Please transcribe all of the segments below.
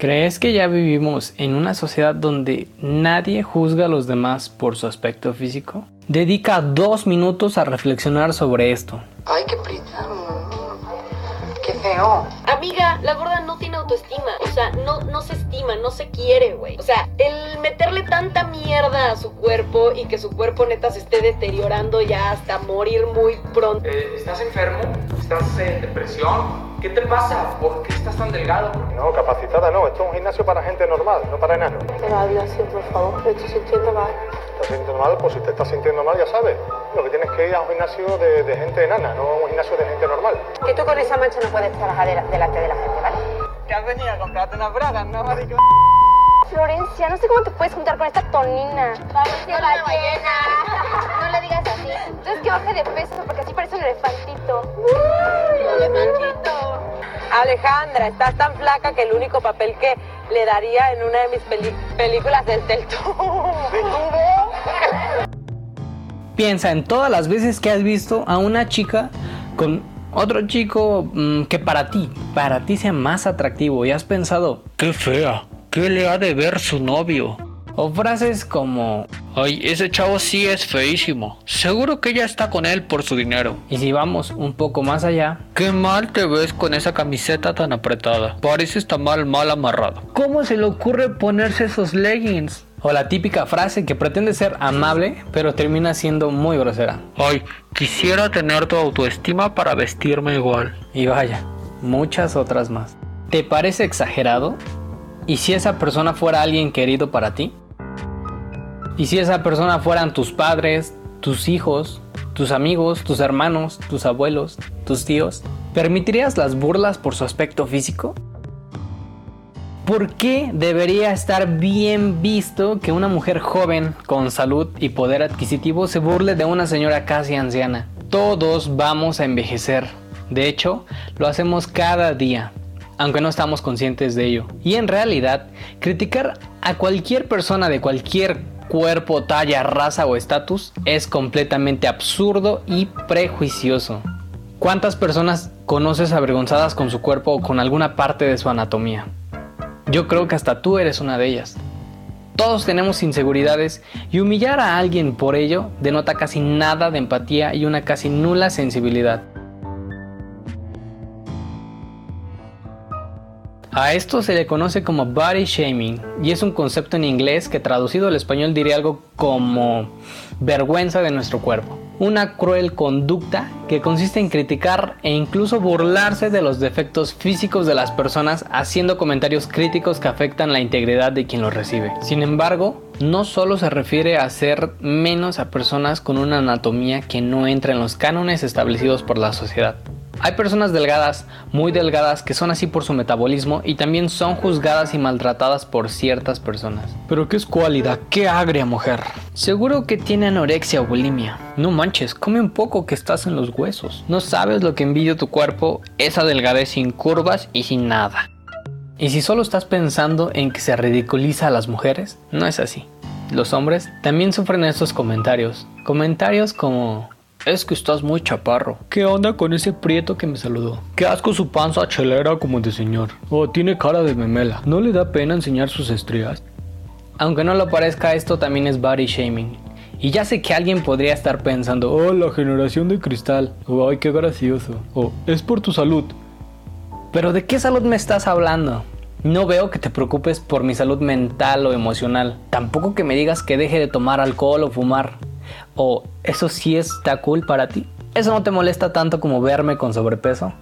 ¿Crees que ya vivimos en una sociedad donde nadie juzga a los demás por su aspecto físico? Dedica 2 minutos a reflexionar sobre esto. Ay, qué prisa. Qué feo. Amiga, la gorda no tiene autoestima. O sea, no se estima, no se quiere, güey. O sea, el meterle tanta mierda a su cuerpo y que su cuerpo neta se esté deteriorando ya hasta morir muy pronto. ¿Estás enfermo? ¿Estás en depresión? ¿Qué te pasa? ¿Por qué estás tan delgado? No, capacitada no. Esto es un gimnasio para gente normal, no para enanos. Pero habla así, por favor. Me estoy sintiendo mal. ¿Estás sintiendo mal? Pues si te estás sintiendo mal, ya sabes. Lo que tienes que ir a un gimnasio de gente enana, no a un gimnasio de gente normal. Que tú con esa mancha no puedes trabajar delante de la gente, ¿vale? ¿Qué has venido a comprarte unas bragas, no, marico? Florencia, no sé cómo te puedes juntar con esta tonina. Vamos, tío, ballena. No le digas así. Entonces que baje de peso, porque así parece un elefantito. Elefantito. Alejandra, estás tan flaca que el único papel que le daría en una de mis películas es del tubo. Piensa en todas las veces que has visto a una chica con otro chico que para ti sea más atractivo y has pensado, ¡qué fea! ¿Qué le ha de ver su novio? O frases como, ¡ay, ese chavo sí es feísimo! Seguro que ella está con él por su dinero. Y si vamos un poco más allá, ¡qué mal te ves con esa camiseta tan apretada! Pareces tan mal amarrado. ¿Cómo se le ocurre ponerse esos leggings? O la típica frase que pretende ser amable, pero termina siendo muy grosera. ¡Ay, quisiera tener tu autoestima para vestirme igual! Y vaya, muchas otras más. ¿Te parece exagerado? ¿Y si esa persona fuera alguien querido para ti? ¿Y si esa persona fueran tus padres, tus hijos, tus amigos, tus hermanos, tus abuelos, tus tíos? ¿Permitirías las burlas por su aspecto físico? ¿Por qué debería estar bien visto que una mujer joven con salud y poder adquisitivo se burle de una señora casi anciana? Todos vamos a envejecer. De hecho, lo hacemos cada día, aunque no estamos conscientes de ello. Y en realidad, criticar a cualquier persona de cualquier cuerpo, talla, raza o estatus es completamente absurdo y prejuicioso. ¿Cuántas personas conoces avergonzadas con su cuerpo o con alguna parte de su anatomía? Yo creo que hasta tú eres una de ellas. Todos tenemos inseguridades y humillar a alguien por ello denota casi nada de empatía y una casi nula sensibilidad. A esto se le conoce como body shaming y es un concepto en inglés que traducido al español diría algo como vergüenza de nuestro cuerpo. Una cruel conducta que consiste en criticar e incluso burlarse de los defectos físicos de las personas haciendo comentarios críticos que afectan la integridad de quien los recibe. Sin embargo, no solo se refiere a hacer menos a personas con una anatomía que no entra en los cánones establecidos por la sociedad. Hay personas delgadas, muy delgadas, que son así por su metabolismo y también son juzgadas y maltratadas por ciertas personas. Pero qué escuálida, qué agria mujer. Seguro que tiene anorexia o bulimia. No manches, come un poco que estás en los huesos. No sabes lo que envidia tu cuerpo, esa delgadez sin curvas y sin nada. Y si solo estás pensando en que se ridiculiza a las mujeres, no es así. Los hombres también sufren estos comentarios. Comentarios como: es que estás muy chaparro. ¿Qué onda con ese prieto que me saludó? Qué asco su panza chelera como de señor. O tiene cara de memela. ¿No le da pena enseñar sus estrías? Aunque no lo parezca, esto también es body shaming. Y ya sé que alguien podría estar pensando: oh, la generación de cristal. O ay, qué gracioso. O es por tu salud. Pero ¿de qué salud me estás hablando? No veo que te preocupes por mi salud mental o emocional. Tampoco que me digas que deje de tomar alcohol o fumar. ¿O eso sí está cool para ti? ¿Eso no te molesta tanto como verme con sobrepeso?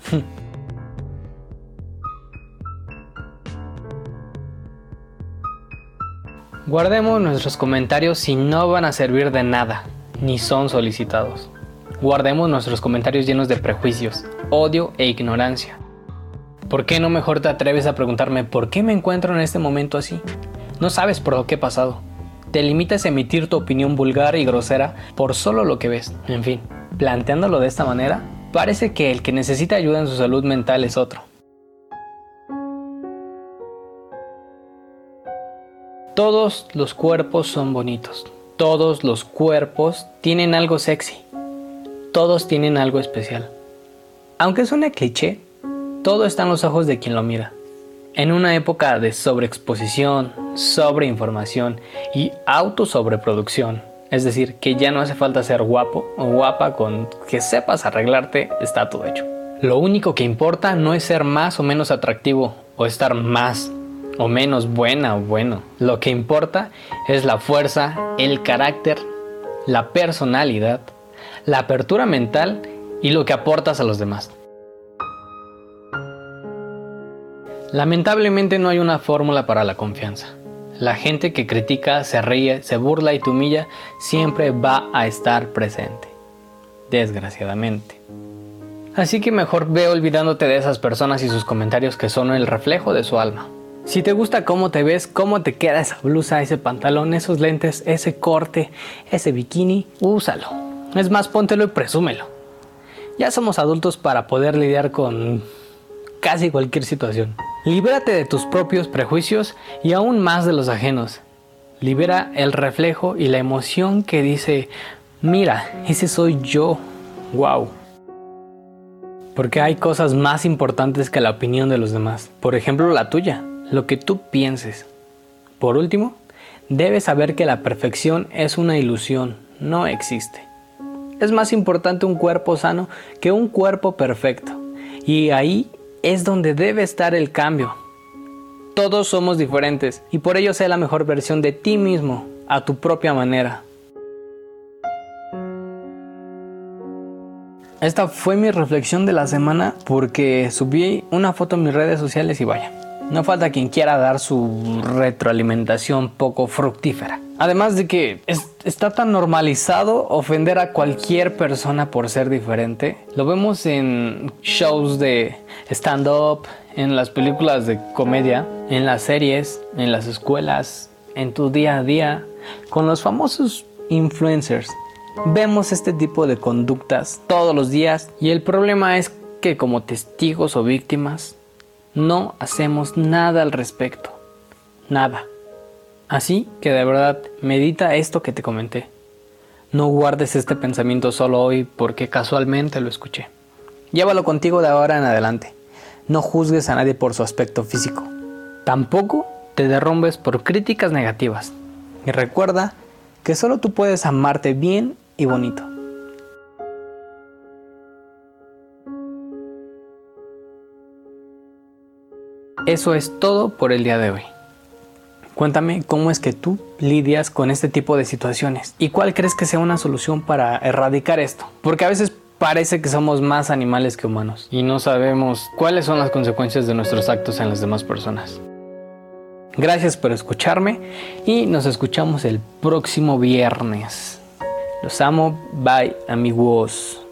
Guardemos nuestros comentarios si no van a servir de nada, ni son solicitados. Guardemos nuestros comentarios llenos de prejuicios, odio e ignorancia. ¿Por qué no mejor te atreves a preguntarme por qué me encuentro en este momento así? No sabes por lo que he pasado. Te limitas a emitir tu opinión vulgar y grosera por solo lo que ves. En fin, planteándolo de esta manera, parece que el que necesita ayuda en su salud mental es otro. Todos los cuerpos son bonitos. Todos los cuerpos tienen algo sexy. Todos tienen algo especial. Aunque suene cliché, todo está en los ojos de quien lo mira. En una época de sobreexposición, sobreinformación y autosobreproducción, es decir, que ya no hace falta ser guapo o guapa, con que sepas arreglarte, está todo hecho. Lo único que importa no es ser más o menos atractivo o estar más o menos buena o bueno. Lo que importa es la fuerza, el carácter, la personalidad, la apertura mental y lo que aportas a los demás. Lamentablemente no hay una fórmula para la confianza. La gente que critica, se ríe, se burla y te humilla siempre va a estar presente, desgraciadamente. Así que mejor ve olvidándote de esas personas y sus comentarios que son el reflejo de su alma. Si te gusta cómo te ves, cómo te queda esa blusa, ese pantalón, esos lentes, ese corte, ese bikini, úsalo. Es más, póntelo y presúmelo. Ya somos adultos para poder lidiar con casi cualquier situación. Libérate de tus propios prejuicios y aún más de los ajenos. Libera el reflejo y la emoción que dice, mira, ese soy yo. ¡Wow! Porque hay cosas más importantes que la opinión de los demás. Por ejemplo, la tuya, lo que tú pienses. Por último, debes saber que la perfección es una ilusión, no existe. Es más importante un cuerpo sano que un cuerpo perfecto. Y ahí es donde debe estar el cambio. Todos somos diferentes y por ello sé la mejor versión de ti mismo a tu propia manera. Esta fue mi reflexión de la semana porque subí una foto en mis redes sociales y vaya, no falta quien quiera dar su retroalimentación poco fructífera. Además de que está tan normalizado ofender a cualquier persona por ser diferente. Lo vemos en shows de stand-up, en las películas de comedia, en las series, en las escuelas, en tu día a día, con los famosos influencers. Vemos este tipo de conductas todos los días y el problema es que como testigos o víctimas no hacemos nada al respecto. Nada. Así que de verdad, medita esto que te comenté. No guardes este pensamiento solo hoy porque casualmente lo escuché. Llévalo contigo de ahora en adelante. No juzgues a nadie por su aspecto físico. Tampoco te derrumbes por críticas negativas. Y recuerda que solo tú puedes amarte bien y bonito. Eso es todo por el día de hoy. Cuéntame cómo es que tú lidias con este tipo de situaciones y cuál crees que sea una solución para erradicar esto. Porque a veces parece que somos más animales que humanos y no sabemos cuáles son las consecuencias de nuestros actos en las demás personas. Gracias por escucharme y nos escuchamos el próximo viernes. Los amo, bye amigos.